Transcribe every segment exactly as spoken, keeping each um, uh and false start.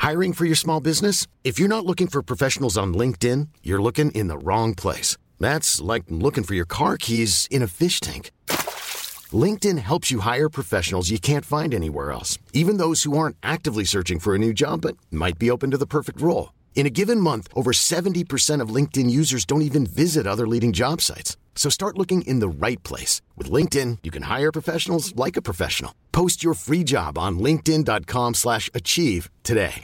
Hiring for your small business? If you're not looking for professionals on LinkedIn, you're looking in the wrong place. That's like looking for your car keys in a fish tank. LinkedIn helps you hire professionals you can't find anywhere else, even those who aren't actively searching for a new job but might be open to the perfect role. In a given month, over seventy percent of LinkedIn users don't even visit other leading job sites. So start looking in the right place. With LinkedIn, you can hire professionals like a professional. Post your free job on linkedin dot com slash achieve today.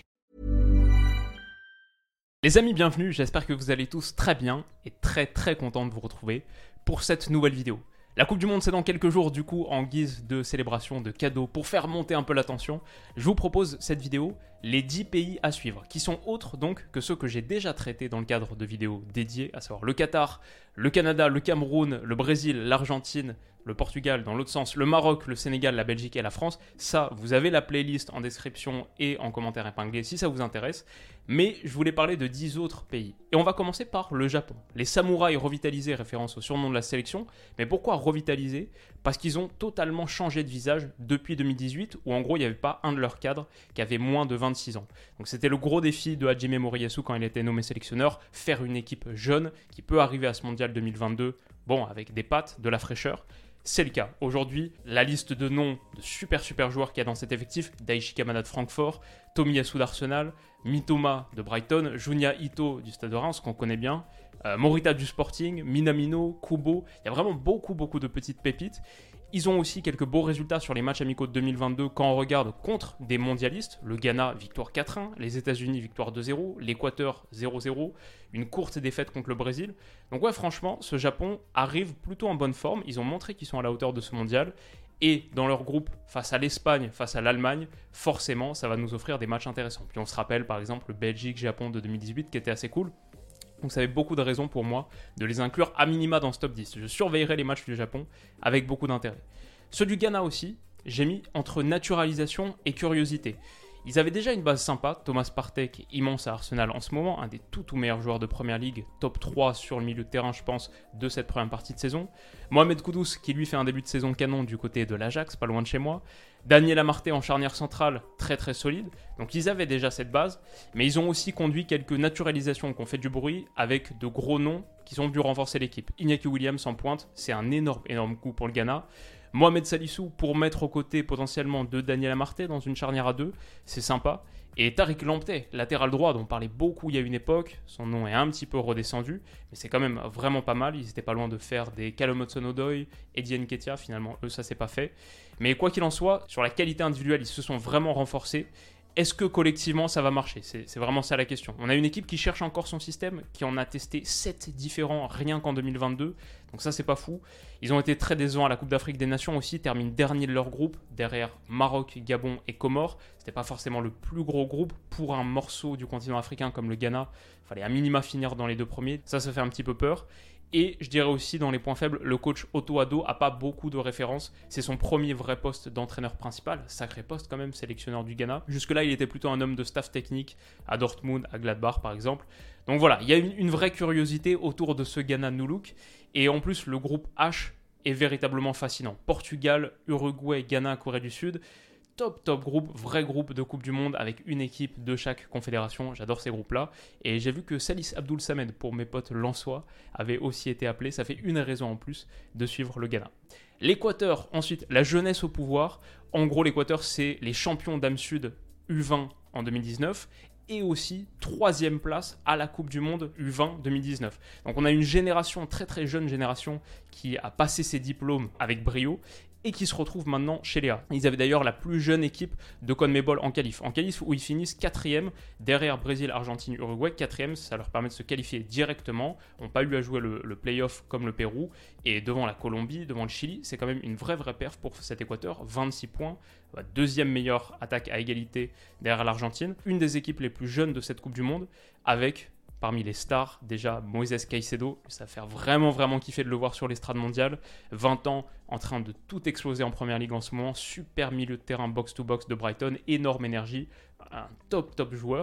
Les amis, bienvenue, j'espère que vous allez tous très bien et très très content de vous retrouver pour cette nouvelle vidéo. La Coupe du Monde, c'est dans quelques jours, du coup, en guise de célébration, de cadeaux, pour faire monter un peu la tension, je vous propose cette vidéo, les dix pays à suivre, qui sont autres donc que ceux que j'ai déjà traités dans le cadre de vidéos dédiées, à savoir le Qatar, le Canada, le Cameroun, le Brésil, l'Argentine, le Portugal dans l'autre sens, le Maroc, le Sénégal, la Belgique et la France. Ça, vous avez la playlist en description et en commentaire épinglé si ça vous intéresse. Mais je voulais parler de dix autres pays. Et on va commencer par le Japon. Les samouraïs revitalisés, référence au surnom de la sélection. Mais pourquoi revitalisés ? Parce qu'ils ont totalement changé de visage depuis deux mille dix-huit, où en gros il n'y avait pas un de leurs cadres qui avait moins de vingt-six ans. Donc c'était le gros défi de Hajime Moriyasu quand il était nommé sélectionneur, faire une équipe jeune qui peut arriver à ce mondial deux mille vingt-deux, bon, avec des pattes, de la fraîcheur. C'est le cas. Aujourd'hui, la liste de noms de super super joueurs qu'il y a dans cet effectif, Daichi Kamada de Francfort, Tomiyasu d'Arsenal, Mitoma de Brighton, Junya Ito du Stade de Reims, qu'on connaît bien, euh, Morita du Sporting, Minamino, Kubo, il y a vraiment beaucoup beaucoup de petites pépites. Ils ont aussi quelques beaux résultats sur les matchs amicaux de deux mille vingt-deux quand on regarde contre des mondialistes. Le Ghana, victoire quatre un, les États-Unis, victoire deux zéro, l'Équateur, zéro zéro, une courte défaite contre le Brésil. Donc ouais, franchement, ce Japon arrive plutôt en bonne forme. Ils ont montré qu'ils sont à la hauteur de ce mondial. Et dans leur groupe, face à l'Espagne, face à l'Allemagne, forcément, ça va nous offrir des matchs intéressants. Puis on se rappelle par exemple le Belgique-Japon de deux mille dix-huit qui était assez cool. Donc ça avait beaucoup de raisons pour moi de les inclure à minima dans ce top dix. Je surveillerai les matchs du Japon avec beaucoup d'intérêt. Ceux du Ghana aussi, j'ai mis entre naturalisation et curiosité. Ils avaient déjà une base sympa, Thomas Partey qui est immense à Arsenal en ce moment, un des tout tout meilleurs joueurs de Première Ligue, top trois sur le milieu de terrain je pense de cette première partie de saison. Mohamed Kudus qui lui fait un début de saison canon du côté de l'Ajax, pas loin de chez moi. Daniel Amartey en charnière centrale, très très solide. Donc ils avaient déjà cette base, mais ils ont aussi conduit quelques naturalisations qui ont fait du bruit avec de gros noms qui ont dû renforcer l'équipe. Iñaki Williams en pointe, c'est un énorme énorme coup pour le Ghana. Mohamed Salissou pour mettre aux côtés potentiellement de Daniel Amartey dans une charnière à deux, c'est sympa. Et Tariq Lamptey, latéral droit dont on parlait beaucoup il y a une époque, son nom est un petit peu redescendu, mais c'est quand même vraiment pas mal, ils étaient pas loin de faire des Callum Hudson-Odoi, Eddie Nketiah, finalement eux ça c'est pas fait. Mais quoi qu'il en soit, sur la qualité individuelle ils se sont vraiment renforcés. Est-ce que collectivement ça va marcher ? c'est, c'est vraiment ça la question. On a une équipe qui cherche encore son système, qui en a testé sept différents rien qu'en deux mille vingt-deux, donc ça c'est pas fou. Ils ont été très décevants à la Coupe d'Afrique des Nations aussi, terminent dernier de leur groupe, derrière Maroc, Gabon et Comores. C'était pas forcément le plus gros groupe pour un morceau du continent africain comme le Ghana. Il fallait à minima finir dans les deux premiers, ça ça fait un petit peu peur. Et je dirais aussi dans les points faibles, le coach Otto Addo n'a pas beaucoup de références. C'est son premier vrai poste d'entraîneur principal. Sacré poste quand même, sélectionneur du Ghana. Jusque-là, il était plutôt un homme de staff technique à Dortmund, à Gladbach par exemple. Donc voilà, il y a une, une vraie curiosité autour de ce Ghana New Look. Et en plus, le groupe H est véritablement fascinant. Portugal, Uruguay, Ghana, Corée du Sud. Top, top groupe, vrai groupe de Coupe du Monde avec une équipe de chaque confédération. J'adore ces groupes-là. Et j'ai vu que Salis Abdoul Samed, pour mes potes lensois, avait aussi été appelé. Ça fait une raison en plus de suivre le Ghana. L'Équateur, ensuite, la jeunesse au pouvoir. En gros, l'Équateur, c'est les champions d'Am Sud U vingt en deux mille dix-neuf. Et aussi troisième place à la Coupe du Monde U vingt deux mille dix-neuf. Donc on a une génération, très très jeune génération, qui a passé ses diplômes avec brio et qui se retrouvent maintenant chez Léa. Ils avaient d'ailleurs la plus jeune équipe de CONMEBOL en qualif. En qualif où ils finissent quatrième, derrière Brésil, Argentine, Uruguay. Quatrième, ça leur permet de se qualifier directement. On n'a pas eu à jouer le, le play-off comme le Pérou. Et devant la Colombie, devant le Chili, c'est quand même une vraie vraie perf pour cet Équateur. vingt-six points, deuxième meilleure attaque à égalité derrière l'Argentine. Une des équipes les plus jeunes de cette Coupe du Monde, avec parmi les stars, déjà Moïse Caicedo, ça va faire vraiment vraiment kiffer de le voir sur l'estrade mondiale. vingt ans, en train de tout exploser en première ligue en ce moment, super milieu de terrain box-to-box de Brighton, énorme énergie, un top top joueur.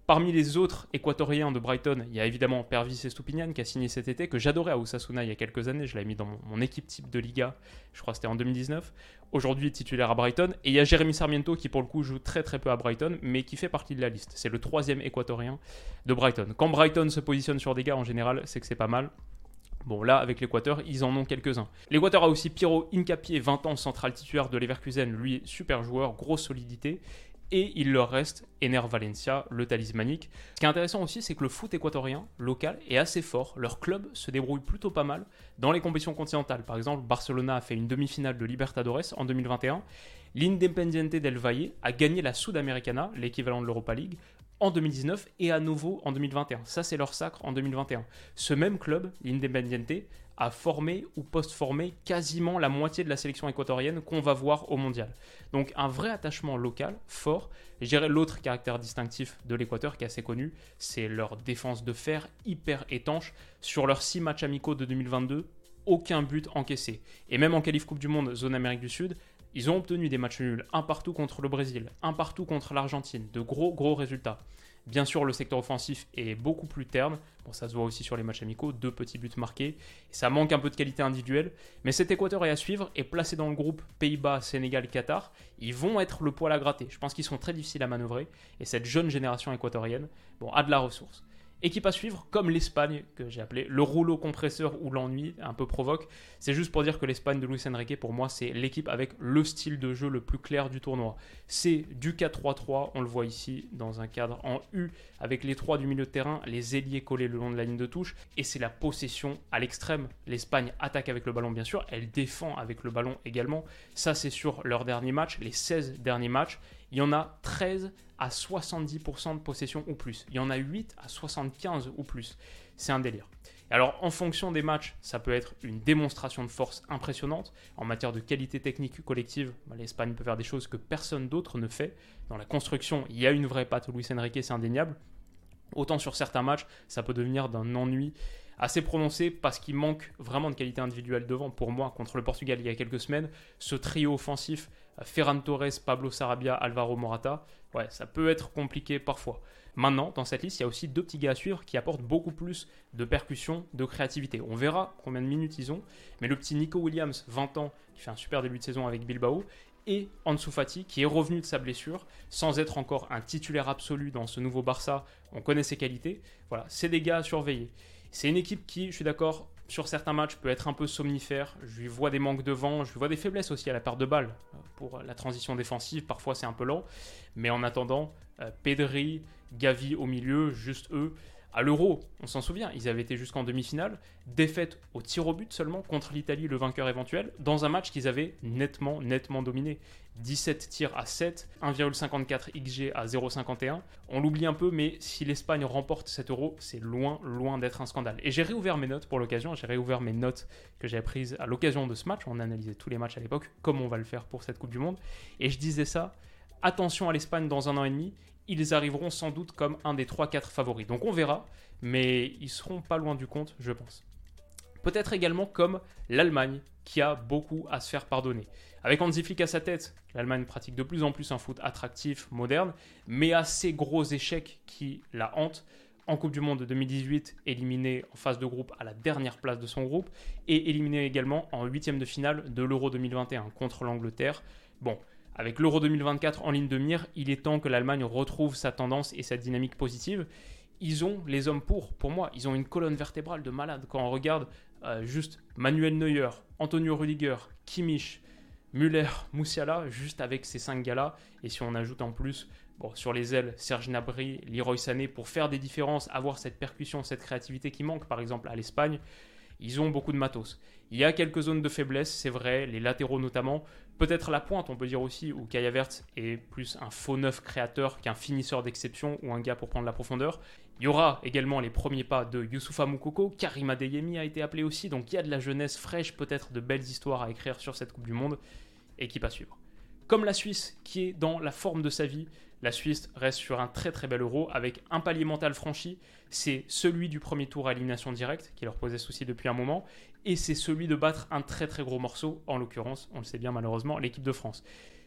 Parmi les autres équatoriens de Brighton, il y a évidemment Pervis Estupiñán qui a signé cet été, que j'adorais à Osasuna il y a quelques années. Je l'avais mis dans mon, mon équipe type de Liga, je crois que c'était en deux mille dix-neuf. Aujourd'hui titulaire à Brighton. Et il y a Jérémy Sarmiento qui pour le coup joue très très peu à Brighton, mais qui fait partie de la liste. C'est le troisième équatorien de Brighton. Quand Brighton se positionne sur des gars en général, c'est que c'est pas mal. Bon, là, avec l'Équateur, ils en ont quelques-uns. L'Équateur a aussi Piero Hincapié, vingt ans, central titulaire de Leverkusen. Lui, super joueur, grosse solidité. Et il leur reste Ener Valencia, le talismanique. Ce qui est intéressant aussi, c'est que le foot équatorien, local, est assez fort. Leur club se débrouille plutôt pas mal dans les compétitions continentales. Par exemple, Barcelona a fait une demi-finale de Libertadores en deux mille vingt et un. L'Independiente del Valle a gagné la Sudamericana, l'équivalent de l'Europa League, en deux mille dix-neuf et à nouveau en deux mille vingt et un. Ça, c'est leur sacre en deux mille vingt et un. Ce même club, l'Independiente, a formé ou post-formé quasiment la moitié de la sélection équatorienne qu'on va voir au mondial. Donc un vrai attachement local, fort. Je dirais l'autre caractère distinctif de l'Équateur qui est assez connu, c'est leur défense de fer hyper étanche. Sur leurs six matchs amicaux de deux mille vingt-deux, aucun but encaissé. Et même en qualif Coupe du Monde, zone Amérique du Sud, ils ont obtenu des matchs nuls, un partout contre le Brésil, un partout contre l'Argentine, de gros gros résultats. Bien sûr, le secteur offensif est beaucoup plus terne. Bon, ça se voit aussi sur les matchs amicaux, deux petits buts marqués. Et ça manque un peu de qualité individuelle. Mais cet Équateur est à suivre et placé dans le groupe Pays-Bas, Sénégal, Qatar. Ils vont être le poil à gratter. Je pense qu'ils sont très difficiles à manœuvrer. Et cette jeune génération équatorienne, bon, a de la ressource. Équipe à suivre, comme l'Espagne, que j'ai appelé le rouleau compresseur ou l'ennui, un peu provoque. C'est juste pour dire que l'Espagne de Luis Enrique, pour moi, c'est l'équipe avec le style de jeu le plus clair du tournoi. C'est du quatre trois trois, on le voit ici, dans un cadre en U, avec les trois du milieu de terrain, les ailiers collés le long de la ligne de touche, et c'est la possession à l'extrême. L'Espagne attaque avec le ballon, bien sûr, elle défend avec le ballon également. Ça, c'est sur leur dernier match, les seize derniers matchs. Il y en a treize à soixante-dix pour cent de possession ou plus. Il y en a huit à soixante-quinze ou plus. C'est un délire. Alors, en fonction des matchs, ça peut être une démonstration de force impressionnante. En matière de qualité technique collective, bah, l'Espagne peut faire des choses que personne d'autre ne fait. Dans la construction, il y a une vraie patte Luis Enrique, c'est indéniable. Autant sur certains matchs, ça peut devenir d'un ennui assez prononcé parce qu'il manque vraiment de qualité individuelle devant. Pour moi, contre le Portugal il y a quelques semaines, ce trio offensif, Ferran Torres, Pablo Sarabia, Alvaro Morata, ouais, ça peut être compliqué parfois. Maintenant, dans cette liste, il y a aussi deux petits gars à suivre qui apportent beaucoup plus de percussion, de créativité. On verra combien de minutes ils ont, mais le petit Nico Williams, vingt ans, qui fait un super début de saison avec Bilbao, et Ansu Fati, qui est revenu de sa blessure, sans être encore un titulaire absolu dans ce nouveau Barça. On connaît ses qualités. Voilà, c'est des gars à surveiller. C'est une équipe qui, je suis d'accord, sur certains matchs peut être un peu somnifère. Je lui vois des manques de vent, je lui vois des faiblesses aussi à la perte de balle. Pour la transition défensive, parfois c'est un peu lent. Mais en attendant, euh, Pedri, Gavi au milieu, juste eux. À l'Euro, on s'en souvient, ils avaient été jusqu'en demi-finale, défaite au tir au but seulement contre l'Italie, le vainqueur éventuel, dans un match qu'ils avaient nettement, nettement dominé. dix-sept tirs à sept, un virgule cinquante-quatre X G à zéro virgule cinquante et un. On l'oublie un peu, mais si l'Espagne remporte cet Euro, c'est loin, loin d'être un scandale. Et j'ai réouvert mes notes pour l'occasion, j'ai réouvert mes notes que j'avais prises à l'occasion de ce match. On analysait tous les matchs à l'époque, comme on va le faire pour cette Coupe du Monde. Et je disais ça, attention à l'Espagne dans un an et demi, ils arriveront sans doute comme un des trois quatre favoris. Donc on verra, mais ils seront pas loin du compte, je pense. Peut-être également comme l'Allemagne, qui a beaucoup à se faire pardonner. Avec Hansi Flick à sa tête, l'Allemagne pratique de plus en plus un foot attractif, moderne, mais à ces gros échecs qui la hantent. En Coupe du Monde deux mille dix-huit, éliminé en phase de groupe à la dernière place de son groupe, et éliminé également en huitième de finale de l'Euro deux mille vingt et un contre l'Angleterre. Bon, avec l'Euro deux mille vingt-quatre en ligne de mire, il est temps que l'Allemagne retrouve sa tendance et sa dynamique positive. Ils ont les hommes pour, pour moi, ils ont une colonne vertébrale de malade. Quand on regarde euh, juste Manuel Neuer, Antonio Rüdiger, Kimmich, Müller, Musiala, juste avec ces cinq gars-là, et si on ajoute en plus, bon, sur les ailes, Serge Gnabry, Leroy Sané, pour faire des différences, avoir cette percussion, cette créativité qui manque par exemple à l'Espagne, ils ont beaucoup de matos. Il y a quelques zones de faiblesse, c'est vrai, les latéraux notamment. Peut-être la pointe, on peut dire aussi, où Kai Havertz est plus un faux neuf créateur qu'un finisseur d'exception ou un gars pour prendre la profondeur. Il y aura également les premiers pas de Youssoufa Moukoko, Karim Adeyemi a été appelé aussi, donc il y a de la jeunesse fraîche, peut-être de belles histoires à écrire sur cette Coupe du Monde. Équipe à suivre. Comme la Suisse, qui est dans la forme de sa vie, la Suisse reste sur un très très bel Euro avec un palier mental franchi. C'est celui du premier tour à élimination directe qui leur posait souci depuis un moment, et c'est celui de battre un très très gros morceau, en l'occurrence, on le sait bien malheureusement, l'équipe de France.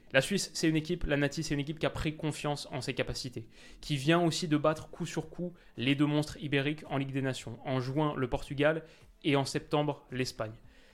La Suisse, c'est une équipe, la Nati, c'est une équipe qui a pris confiance en ses capacités, qui vient aussi de battre coup sur coup les deux monstres ibériques en Ligue des Nations, en juin le Portugal et en septembre l'Espagne.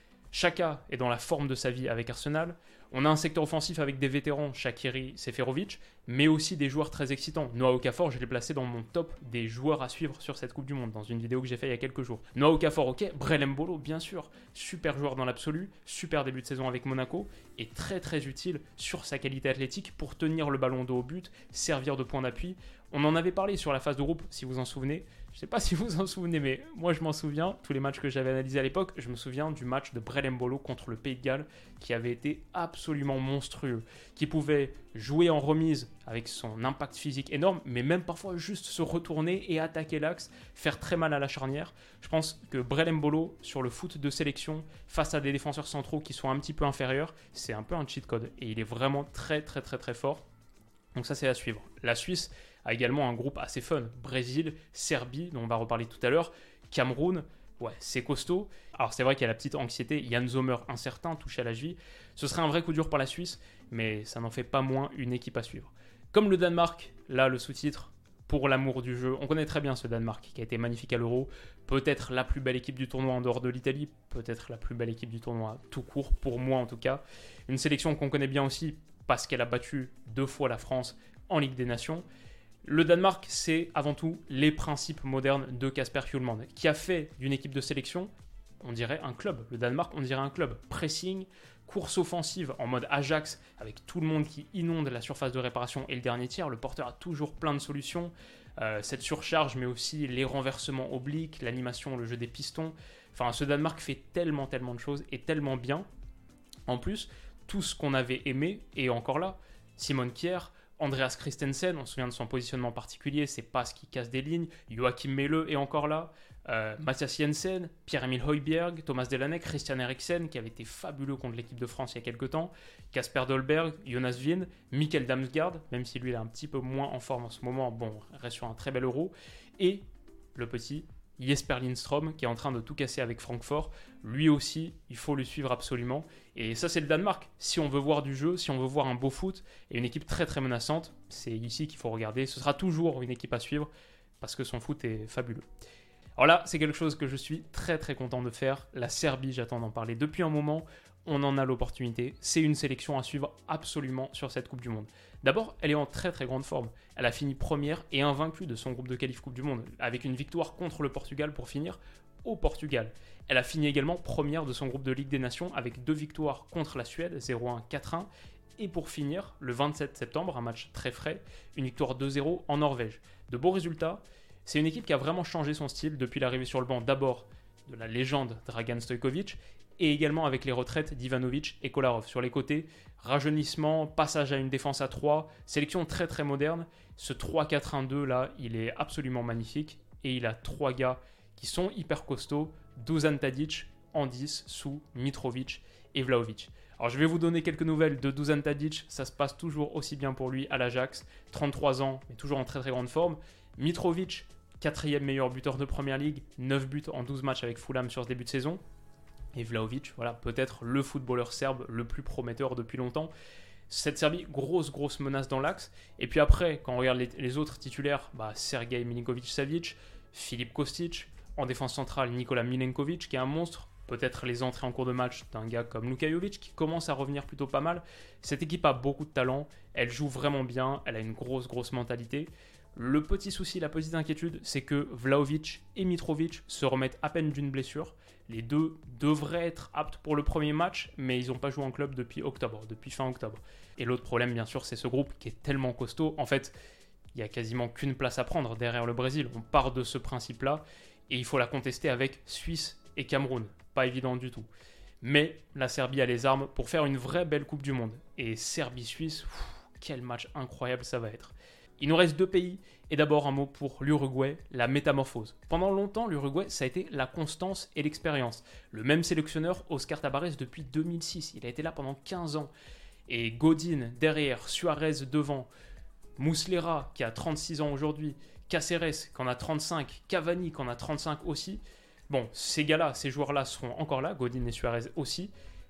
Xhaka est dans la forme de sa vie avec Arsenal. On a un secteur offensif avec des vétérans, Shaqiri, Seferovic, mais aussi des joueurs très excitants. Noah Okafor, je l'ai placé dans mon top des joueurs à suivre sur cette Coupe du Monde, dans une vidéo que j'ai faite il y a quelques jours. Noah Okafor, ok, Brel Mbolo, bien sûr, super joueur dans l'absolu, super début de saison avec Monaco, et très très utile sur sa qualité athlétique pour tenir le ballon dos au but, servir de point d'appui. On en avait parlé sur la phase de groupe, si vous en souvenez. Je ne sais pas si vous en souvenez, mais moi je m'en souviens. Tous les matchs que j'avais analysés à l'époque, je me souviens du match de Brel Mbolo contre le Pays de Galles qui avait été absolument monstrueux, qui pouvait jouer en remise avec son impact physique énorme, mais même parfois juste se retourner et attaquer l'axe, faire très mal à la charnière. Je pense que Brel Mbolo, sur le foot de sélection, face à des défenseurs centraux qui sont un petit peu inférieurs, c'est un peu un cheat code et il est vraiment très très très très fort. Donc ça c'est à suivre. La Suisse a également un groupe assez fun. Brésil, Serbie, dont on va reparler tout à l'heure, Cameroun, ouais, c'est costaud. Alors c'est vrai qu'il y a la petite anxiété, Jan Sommer incertain, touché à la cheville. Ce serait un vrai coup dur pour la Suisse, mais ça n'en fait pas moins une équipe à suivre. Comme le Danemark, là le sous-titre, pour l'amour du jeu. On connaît très bien ce Danemark qui a été magnifique à l'Euro. Peut-être la plus belle équipe du tournoi en dehors de l'Italie, peut-être la plus belle équipe du tournoi tout court, pour moi en tout cas. Une sélection qu'on connaît bien aussi parce qu'elle a battu deux fois la France en Ligue des Nations. Le Danemark, c'est avant tout les principes modernes de Kasper Hjulmand, qui a fait d'une équipe de sélection, on dirait un club. Le Danemark, on dirait un club. Pressing, course offensive en mode Ajax, avec tout le monde qui inonde la surface de réparation et le dernier tiers. Le porteur a toujours plein de solutions. Euh, cette surcharge, mais aussi les renversements obliques, l'animation, le jeu des pistons. Enfin, ce Danemark fait tellement, tellement de choses et tellement bien. En plus, tout ce qu'on avait aimé est encore là. Simon Kjær, Andreas Christensen, on se souvient de son positionnement particulier, ses passes qui cassent des lignes. Joachim Melle est encore là. Euh, Mathias Jensen, Pierre-Emil Højbjerg, Thomas Delaney, Christian Eriksen, qui avait été fabuleux contre l'équipe de France il y a quelques temps. Kasper Dolberg, Jonas Wind, Mikkel Damsgaard, même si lui il est un petit peu moins en forme en ce moment, bon, reste sur un très bel Euro. Et le petit Jesper Lindstrøm, qui est en train de tout casser avec Francfort. Lui aussi, il faut le suivre absolument. Et ça, c'est le Danemark. Si on veut voir du jeu, si on veut voir un beau foot et une équipe très très menaçante, c'est ici qu'il faut regarder. Ce sera toujours une équipe à suivre parce que son foot est fabuleux. Alors là, c'est quelque chose que je suis très très content de faire. La Serbie, j'attends d'en parler depuis un moment. On en a l'opportunité. C'est une sélection à suivre absolument sur cette Coupe du Monde. D'abord, elle est en très très grande forme. Elle a fini première et invaincue de son groupe de qualif Coupe du Monde, avec une victoire contre le Portugal pour finir au Portugal. Elle a fini également première de son groupe de Ligue des Nations avec deux victoires contre la Suède, zéro un, quatre un. Et pour finir, le vingt-sept septembre, un match très frais, une victoire deux zéro en Norvège. De beaux résultats. C'est une équipe qui a vraiment changé son style depuis l'arrivée sur le banc d'abord de la légende Dragan Stojkovic et également avec les retraites d'Ivanovic et Kolarov. Sur les côtés, rajeunissement, passage à une défense à trois, sélection très très moderne. Ce trois quatre un deux là, il est absolument magnifique et il a trois gars qui sont hyper costauds, Dusan Tadic, Andis, Sou, Mitrovic et Vlahovic. Alors je vais vous donner quelques nouvelles de Dusan Tadic, ça se passe toujours aussi bien pour lui à l'Ajax, trente-trois ans mais toujours en très très grande forme. Mitrovic, quatrième meilleur buteur de Première Ligue, neuf buts en douze matchs avec Fulham sur ce début de saison. Et Vlahovic, voilà, peut-être le footballeur serbe le plus prometteur depuis longtemps. Cette Serbie, grosse, grosse menace dans l'axe. Et puis après, quand on regarde les, les autres titulaires, bah, Sergej Milinkovic-Savic, Filip Kostic, en défense centrale, Nikola Milenkovic, qui est un monstre. Peut-être les entrées en cours de match d'un gars comme Luka Jovic, qui commence à revenir plutôt pas mal. Cette équipe a beaucoup de talent, elle joue vraiment bien, elle a une grosse, grosse mentalité. Le petit souci, la petite inquiétude, c'est que Vlahovic et Mitrovic se remettent à peine d'une blessure. Les deux devraient être aptes pour le premier match, mais ils n'ont pas joué en club depuis octobre, depuis fin octobre. Et l'autre problème, bien sûr, c'est ce groupe qui est tellement costaud. En fait, il n'y a quasiment qu'une place à prendre derrière le Brésil. On part de ce principe-là et il faut la contester avec Suisse et Cameroun. Pas évident du tout. Mais la Serbie a les armes pour faire une vraie belle Coupe du Monde. Et Serbie-Suisse, quel match incroyable ça va être. Il nous reste deux pays, et d'abord un mot pour l'Uruguay, la métamorphose. Pendant longtemps, l'Uruguay, ça a été la constance et l'expérience. Le même sélectionneur, Oscar Tabarez, depuis deux mille six. Il a été là pendant quinze ans. Et Godin derrière, Suarez devant, Muslera qui a trente-six ans aujourd'hui, Cáceres qui en a trente-cinq, Cavani qui en a trente-cinq aussi. Bon, ces gars-là, ces joueurs-là seront encore là, Godin et Suarez aussi.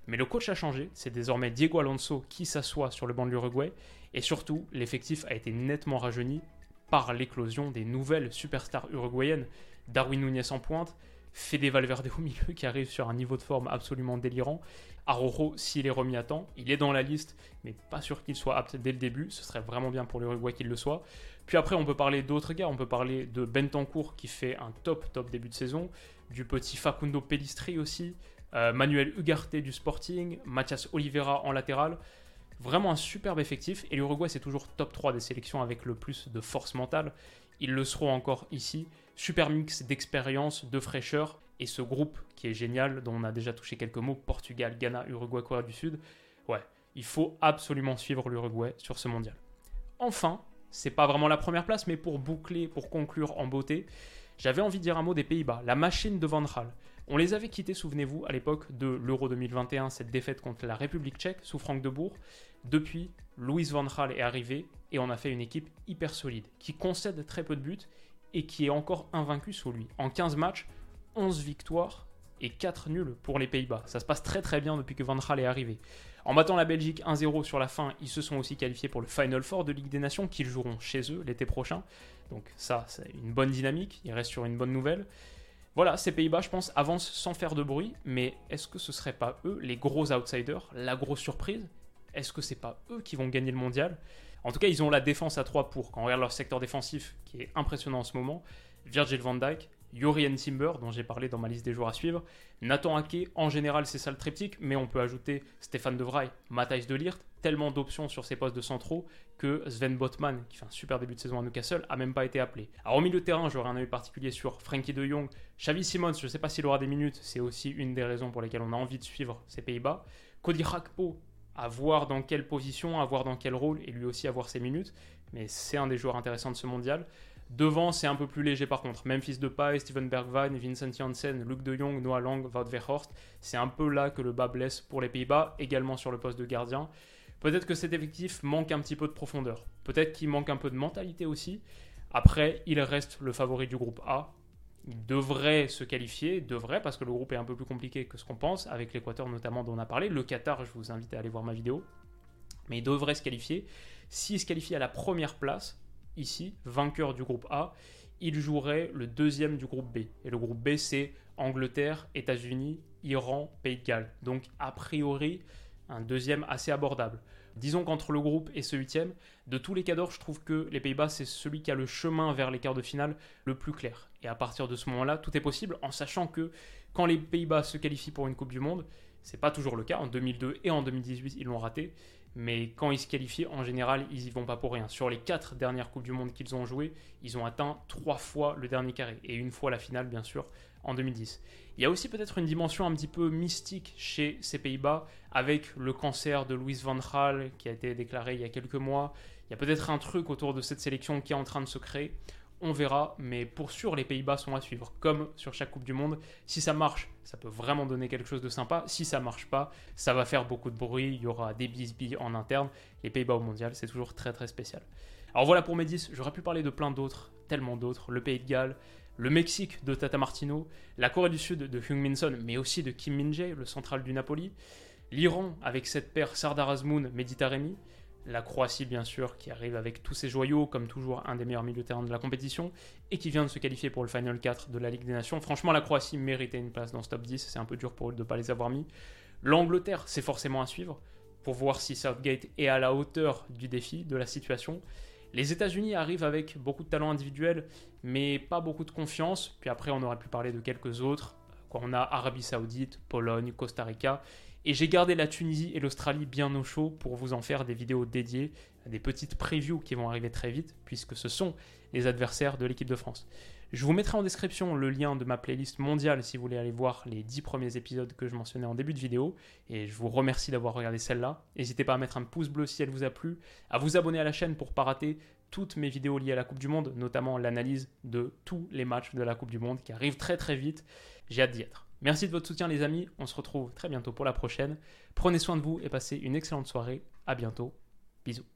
Mais le coach a changé, c'est désormais Diego Alonso qui s'assoit sur le banc de l'Uruguay, et surtout, l'effectif a été nettement rajeuni par l'éclosion des nouvelles superstars uruguayennes. Darwin Núñez en pointe, Fede Valverde au milieu qui arrive sur un niveau de forme absolument délirant. Araujo, s'il est remis à temps, il est dans la liste, mais pas sûr qu'il soit apte dès le début. Ce serait vraiment bien pour l'Uruguay qu'il le soit. Puis après, on peut parler d'autres gars. On peut parler de Bentancur qui fait un top, top début de saison. Du petit Facundo Pellistri aussi. Euh, Manuel Ugarte du Sporting. Mathias Oliveira en latéral. Vraiment un superbe effectif. Et l'Uruguay, c'est toujours top trois des sélections avec le plus de force mentale. Ils le seront encore ici. Super mix d'expérience, de fraîcheur. Et ce groupe qui est génial, dont on a déjà touché quelques mots, Portugal, Ghana, Uruguay, Corée du Sud. Ouais, il faut absolument suivre l'Uruguay sur ce mondial. Enfin, c'est pas vraiment la première place, mais pour boucler, pour conclure en beauté, j'avais envie de dire un mot des Pays-Bas, la machine de Van Gaal. On les avait quittés, souvenez-vous, à l'époque de l'Euro deux mille vingt et un, cette défaite contre la République tchèque sous Frank de Boer. Depuis, Louis Van Gaal est arrivé et on a fait une équipe hyper solide, qui concède très peu de buts et qui est encore invaincue sous lui. En quinze matchs, onze victoires et quatre nuls pour les Pays-Bas. Ça se passe très très bien depuis que Van Gaal est arrivé. En battant la Belgique un zéro sur la fin, ils se sont aussi qualifiés pour le Final Four de Ligue des Nations qu'ils joueront chez eux l'été prochain. Donc ça, c'est une bonne dynamique. Ils restent sur une bonne nouvelle. Voilà, ces Pays-Bas, je pense, avancent sans faire de bruit. Mais est-ce que ce ne seraient pas eux les gros outsiders, la grosse surprise ? Est-ce que ce n'est pas eux qui vont gagner le mondial ? En tout cas, ils ont la défense à trois pour. Quand on regarde leur secteur défensif, qui est impressionnant en ce moment, Virgil van Dijk, Jurrien Timber, dont j'ai parlé dans ma liste des joueurs à suivre, Nathan Ake, en général c'est ça le triptyque, mais on peut ajouter Stéphane De Vrij, Matthijs de Ligt, tellement d'options sur ces postes de centraux que Sven Botman, qui fait un super début de saison à Newcastle, a même pas été appelé. Alors au milieu de terrain, j'aurais un œil particulier sur Frenkie de Jong, Xavi Simons, je ne sais pas s'il aura des minutes, c'est aussi une des raisons pour lesquelles on a envie de suivre ces Pays-Bas. Cody Gakpo, à voir dans quelle position, à voir dans quel rôle, et lui aussi avoir ses minutes, mais c'est un des joueurs intéressants de ce mondial. Devant, c'est un peu plus léger par contre. Memphis Depay, Steven Bergwijn, Vincent Janssen, Luc de Jong, Noah Lang, Wout Weghorst. C'est un peu là que le bas blesse pour les Pays-Bas, également sur le poste de gardien. Peut-être que cet effectif manque un petit peu de profondeur. Peut-être qu'il manque un peu de mentalité aussi. Après, il reste le favori du groupe A. Il devrait se qualifier, devrait, parce que le groupe est un peu plus compliqué que ce qu'on pense, avec l'Équateur notamment dont on a parlé. Le Qatar, je vous invite à aller voir ma vidéo. Mais il devrait se qualifier. S'il se qualifie à la première place, ici, vainqueur du groupe A, il jouerait le deuxième du groupe B. Et le groupe B, c'est Angleterre, États-Unis, Iran, Pays de Galles. Donc, a priori, un deuxième assez abordable. Disons qu'entre le groupe et ce huitième, de tous les cadors, je trouve que les Pays-Bas, c'est celui qui a le chemin vers les quarts de finale le plus clair. Et à partir de ce moment-là, tout est possible, en sachant que quand les Pays-Bas se qualifient pour une Coupe du Monde, c'est pas toujours le cas. En deux mille deux et en deux mille dix-huit, ils l'ont raté. Mais quand ils se qualifient, en général, ils y vont pas pour rien. Sur les quatre dernières Coupes du Monde qu'ils ont jouées, ils ont atteint trois fois le dernier carré. Et une fois la finale, bien sûr, en deux mille dix. Il y a aussi peut-être une dimension un petit peu mystique chez ces Pays-Bas, avec le cancer de Louis van Gaal, qui a été déclaré il y a quelques mois. Il y a peut-être un truc autour de cette sélection qui est en train de se créer. On verra, mais pour sûr, les Pays-Bas sont à suivre. Comme sur chaque Coupe du Monde, si ça marche, ça peut vraiment donner quelque chose de sympa. Si ça marche pas, ça va faire beaucoup de bruit. Il y aura des bisbilles en interne. Les Pays-Bas au mondial, c'est toujours très très spécial. Alors voilà pour mes dix. J'aurais pu parler de plein d'autres, tellement d'autres. Le Pays de Galles, le Mexique de Tata Martino, la Corée du Sud de Heung-min Son, mais aussi de Kim Min-jae, le central du Napoli. L'Iran avec cette paire Sardar Azmoun, Mehdi Taremi. La Croatie, bien sûr, qui arrive avec tous ses joyaux, comme toujours un des meilleurs milieux de terrain de la compétition, et qui vient de se qualifier pour le Final quatre de la Ligue des Nations. Franchement, la Croatie méritait une place dans ce top dix, c'est un peu dur pour eux de ne pas les avoir mis. L'Angleterre, c'est forcément à suivre, pour voir si Southgate est à la hauteur du défi, de la situation. Les États-Unis arrivent avec beaucoup de talent individuel, mais pas beaucoup de confiance. Puis après, on aurait pu parler de quelques autres. Quand on a Arabie Saoudite, Pologne, Costa Rica. Et j'ai gardé la Tunisie et l'Australie bien au chaud pour vous en faire des vidéos dédiées, des petites previews qui vont arriver très vite, puisque ce sont les adversaires de l'équipe de France. Je vous mettrai en description le lien de ma playlist mondiale si vous voulez aller voir les dix premiers épisodes que je mentionnais en début de vidéo. Et je vous remercie d'avoir regardé celle-là. N'hésitez pas à mettre un pouce bleu si elle vous a plu, à vous abonner à la chaîne pour ne pas rater toutes mes vidéos liées à la Coupe du Monde, notamment l'analyse de tous les matchs de la Coupe du Monde qui arrivent très très vite. J'ai hâte d'y être. Merci de votre soutien les amis, on se retrouve très bientôt pour la prochaine. Prenez soin de vous et passez une excellente soirée. À bientôt. Bisous.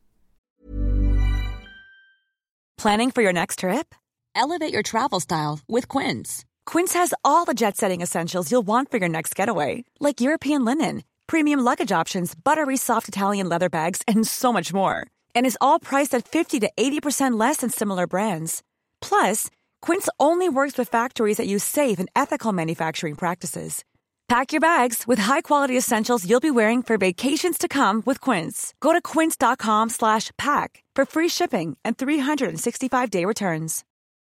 Planning for your next trip? Elevate your travel style with Quince. Quince has all the jet-setting essentials you'll want for your next getaway, like European linen, premium luggage options, buttery soft Italian leather bags, and so much more. And is all priced at fifty to eighty percent less than similar brands. Plus, Quince only works with factories that use safe and ethical manufacturing practices. Pack your bags with high-quality essentials you'll be wearing for vacations to come with Quince. Go to quince.com slash pack for free shipping and three sixty-five day returns.